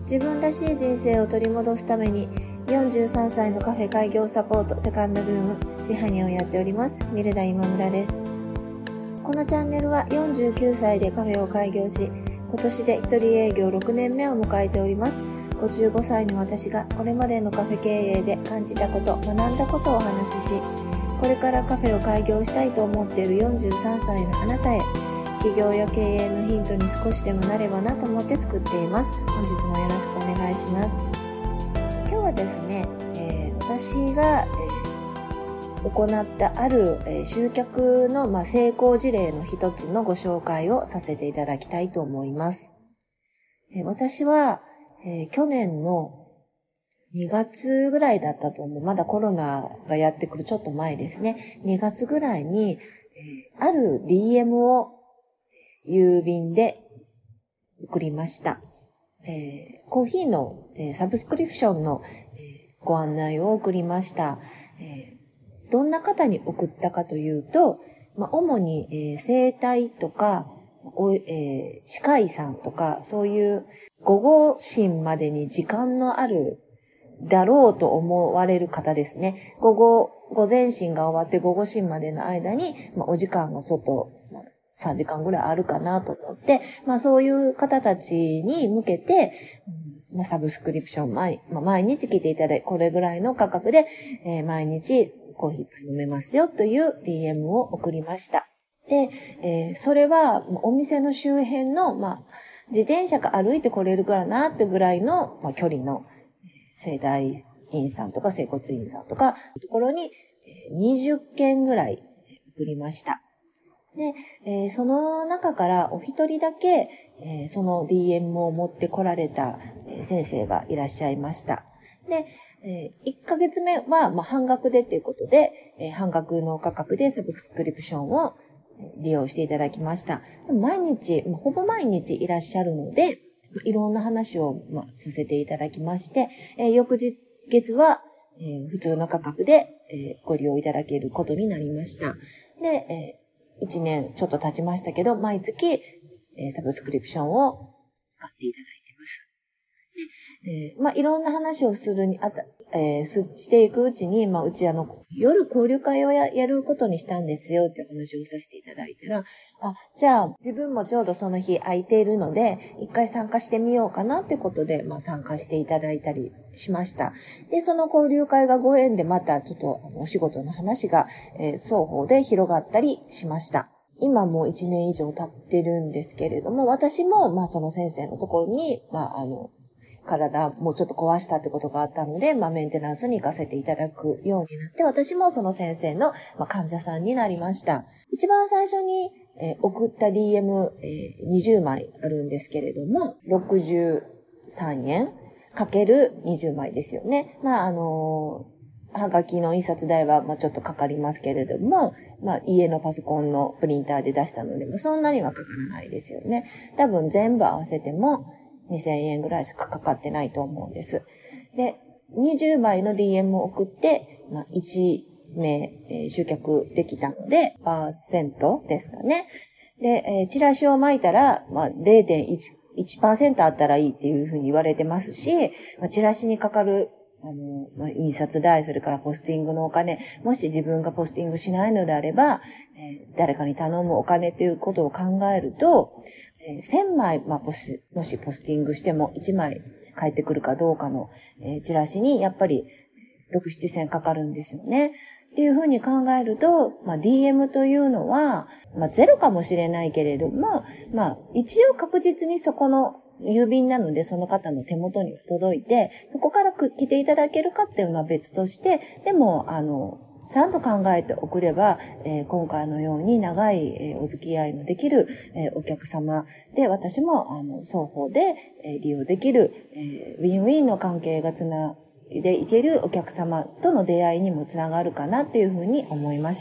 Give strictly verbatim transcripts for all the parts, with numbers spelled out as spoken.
自分らしい人生を取り戻すためによんじゅうさんさいのカフェ開業サポートセカンドルーム支配人をやっておりますミルダ今村です。このチャンネルはよんじゅうきゅうさいでカフェを開業し、今年で一人営業ろくねんめを迎えております。ごじゅうごさいの私がこれまでのカフェ経営で感じたこと、学んだことをお話しし、これからカフェを開業したいと思っているよんじゅうさんさいのあなたへ、起業や経営のヒントに少しでもなればなと思って作っています。本日もよろしくお願いします。今日はですね、えー、私が、えー、行ったある、えー、集客の、まあ、成功事例の一つのご紹介をさせていただきたいと思います。えー、私は、えー、去年のにがつぐらいだったと思う。まだコロナがやってくるちょっと前ですね。にがつぐらいに、えー、ある ディーエム を郵便で送りました。えー、コーヒーの、えー、サブスクリプションの、えー、ご案内を送りました。えー、どんな方に送ったかというと、まあ、主に、えー、整体とか、おえー、歯科医さんとか、そういう午後診までに時間のあるだろうと思われる方ですね。午後、午前診が終わって午後診までの間に、まあ、お時間がちょっと、まあさんじかんぐらいあるかなと思って、まあそういう方たちに向けて、まあ、サブスクリプション毎、まあ、毎日来ていただいて、これぐらいの価格で、えー、毎日コーヒーいっぱい飲めますよという ディーエム を送りました。で、えー、それはお店の周辺の、まあ、自転車か歩いて来れるからなってぐらいの、まあ、距離の整体院さんとか整骨院さんとかところににじゅっけんぐらい送りました。で、えー、その中からお一人だけ、えー、その ディーエム を持って来られた、えー、先生がいらっしゃいました。で、えー、いっかげつめは、まあ、半額でということで、えー、半額の価格でサブスクリプションを利用していただきました。毎日、ほぼ毎日いらっしゃるので、いろんな話を、まあ、させていただきまして、えー、翌日月は、えー、普通の価格で、えー、ご利用いただけることになりました。で、えー一年ちょっと経ちましたけど、毎月、えー、サブスクリプションを使っていただいてます。で、えー、まあ、いろんな話をするにあた、えー、していくうちに、まあ、うちあの、夜交流会を や, やることにしたんですよっていう話をさせていただいたら、あ、じゃあ自分もちょうどその日空いているので、一回参加してみようかなってことで、まあ、参加していただいたりしました。で、その交流会がご縁でまたちょっとあのお仕事の話が、えー、双方で広がったりしました。今もう一年以上経ってるんですけれども、私もまあその先生のところに、まああの、体もうちょっと壊したってことがあったので、まあメンテナンスに行かせていただくようになって、私もその先生の、まあ、患者さんになりました。一番最初に、えー、送った ディーエム、えー、にじゅうまいあるんですけれども、ろくじゅうさんえんかけるにじゅうまいですよね。まああのー、はがきの印刷代はまあちょっとかかりますけれども、まあ家のパソコンのプリンターで出したので、まあ、そんなにはかからないですよね。多分全部合わせてもにせんえんぐらいしかかかってないと思うんです。で、にじゅうまいの ディーエム を送って、まあ、いちめい、えー、集客できたので、パーセントですかね。で、えー、チラシを巻いたら、まあ、れいてんいち、いちパーセント あったらいいっていうふうに言われてますし、まあ、チラシにかかる、あの、まあ、印刷代、それからポスティングのお金、もし自分がポスティングしないのであれば、えー、誰かに頼むお金ということを考えると、せんまい、まあ、ポス、もしポスティングしてもいちまい返ってくるかどうかの、えー、チラシにやっぱりろく、ななせんかかるんですよね。っていうふうに考えると、まあ、ディーエム というのは、まあ、ゼロかもしれないけれども、まあ、一応確実にそこの郵便なのでその方の手元には届いて、そこから来ていただけるかっていうのは別として、でも、あの、ちゃんと考えておくれば、えー、今回のように長い、えー、お付き合いのできる、えー、お客様で、私もあの双方で、えー、利用できる、えー、ウィンウィンの関係がつなでいけるお客様との出会いにもつながるかなというふうに思いました。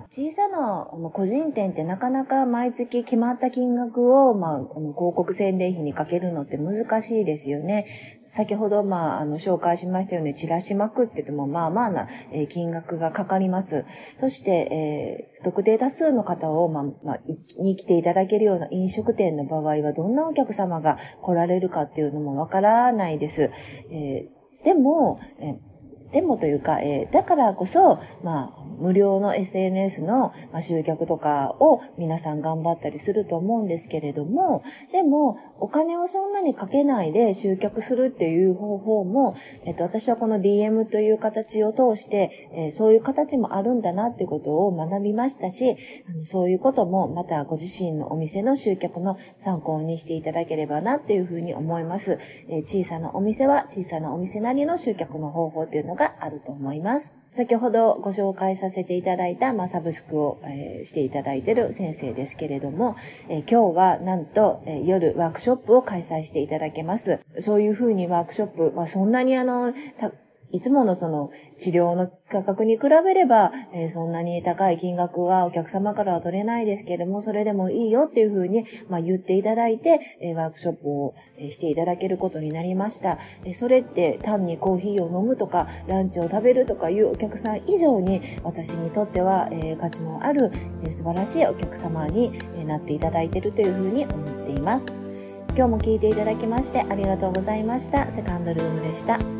小さな個人店ってなかなか毎月決まった金額を、まあ、あの広告宣伝費にかけるのって難しいですよね。先ほど、まあ、あの、紹介しましたように、チラシまくってても、まあまあな、えー、金額がかかります。そして、えー、不特定多数の方を、まあ、まあ、に来ていただけるような飲食店の場合は、どんなお客様が来られるかっていうのもわからないです。えー、でも、えーでもというか、えー、だからこそ、まあ、無料の エスエヌエス の、まあ、集客とかを皆さん頑張ったりすると思うんですけれども、でも、お金をそんなにかけないで集客するっていう方法も、えっと、私はこの ディーエム という形を通して、えー、そういう形もあるんだなっていうことを学びましたし、あのそういうこともまたご自身のお店の集客の参考にしていただければなっていうふうに思います。えー、小さなお店は小さなお店なりの集客の方法っていうのがあると思います。先ほどご紹介させていただいた、まあ、サブスクを、えー、していただいている先生ですけれども、えー、今日はなんと、えー、夜ワークショップを開催していただけます。そういうふうにワークショップ、まあ、そんなにあの、いつものその治療の価格に比べれば、えー、そんなに高い金額はお客様からは取れないですけれども、それでもいいよっていうふうに、まあ、言っていただいて、えー、ワークショップを、えー、していただけることになりました。えー、それって単にコーヒーを飲むとか、ランチを食べるとかいうお客さん以上に、私にとっては、えー、価値のある、えー、素晴らしいお客様に、えー、なっていただいているというふうに思っています。今日も聞いていただきましてありがとうございました。セカンドルームでした。